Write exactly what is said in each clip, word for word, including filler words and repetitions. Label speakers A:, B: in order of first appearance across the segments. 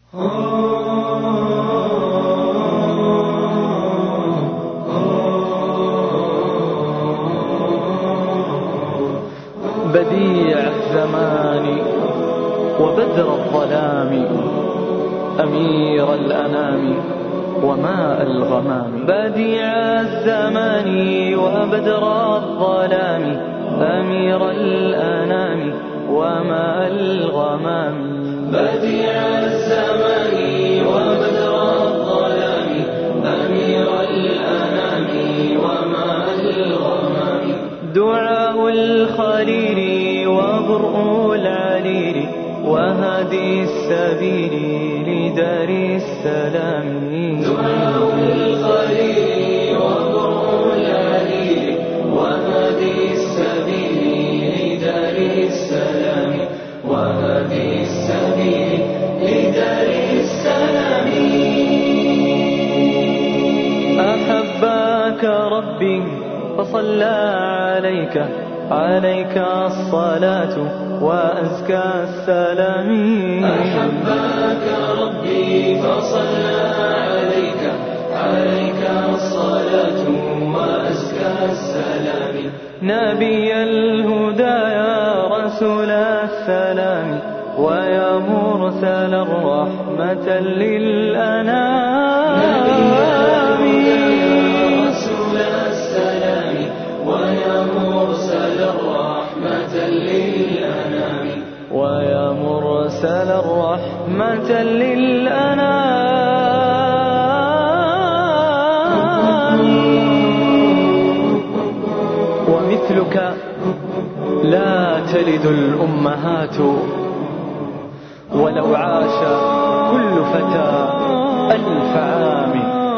A: بديع الزمان وبدر الظلام، أمير الأنام وماء الغمام. بديع الزمان وبدر الظلام، أمير الأنام وماء الغمام. بديع الزمان وبدر الظلام، أمير الأنام وماء الغمام. دعاء الخليل وبرء العليل، وهدي السبيل لدار السلام. دعاء الخليل وبرء العليل، وهدي السبيل لدار السلام. وهدي السبيل لدار السلام. أحبك ربي فصلى عليك، عليك الصلاة وأزكى السلام. أحبك ربي فصلى عليك، عليك الصلاة وأزكى السلام. نبي الهدى يا رسول السلام، ويا مرسل الرحمة للأنام. نبي الهدى يا رسول السلام، ويا مرسل الرحمة للأنام. ويا مرسل الرحمة للأنام. ومثلك لا تلد الأمهات، ولو عاش كل فتى ألف عام.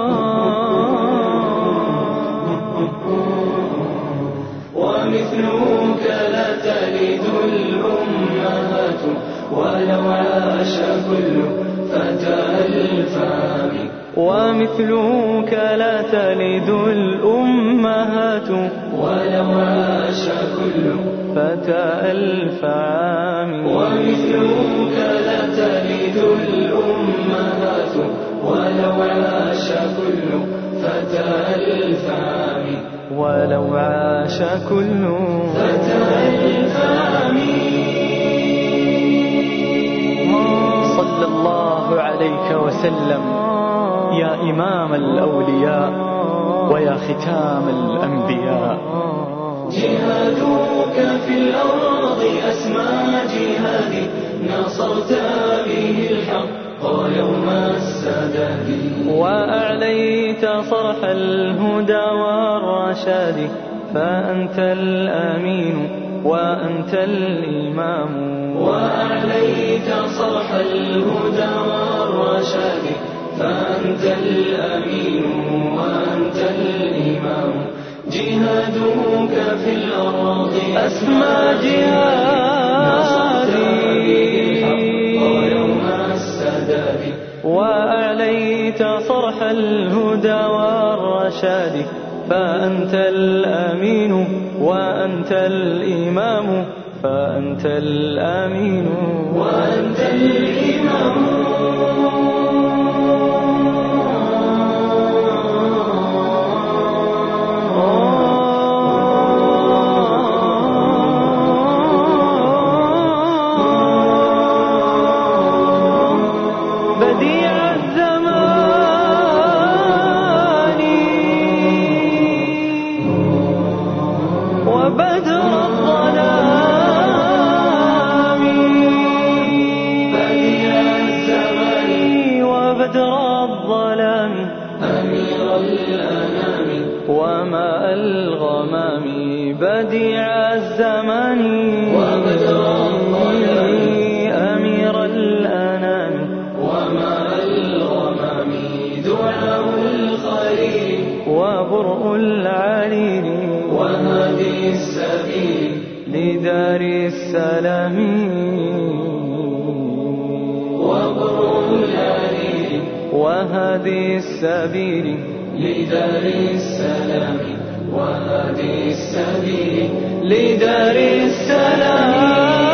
A: ومثلك لا تلد الأمهات، ولو عاش كل فتى ألف عام. ومثلك لا تلد الأمهات، ولو عاش كل فتى ألف عام. ومثلك لا تلد الأمهات، ولو عاش كل فتى ألف عام. ولو عاش كل فتى ألف عام. صلى الله عليك وسلم يا إمام الأولياء، ويا ختام الأنبياء. جهادك في الأرض أسمى جهاد، نصرت به الحق يوم السداد. وأعليت صرح الهدى والرشاد، فأنت الأمين وأنت الإمام. وأعليت صرح الهدى والرشاد، فأنت الأمين وأنت الإمام. جهادك في الأرض أسمى جهادي، يوم السداد. وأعليت صرح الهدى والرشاد، فأنت الأمين وأنت الإمام. فأنت الأمين وأنت الإمام. بديع الزمان وبدر الظلام. بديع الزمان وبدر الظلام، أمير الأنام وماء الغمام. بديع الزمان وبدر الظلام، أمير الأنام وماء الغمام. دعاء الخليل وبرء العليل، وهدي السبيل لدار السلام. وبرء العليل، وهدي السبيل لدار السلام. وهدي السبيل لدار السلام.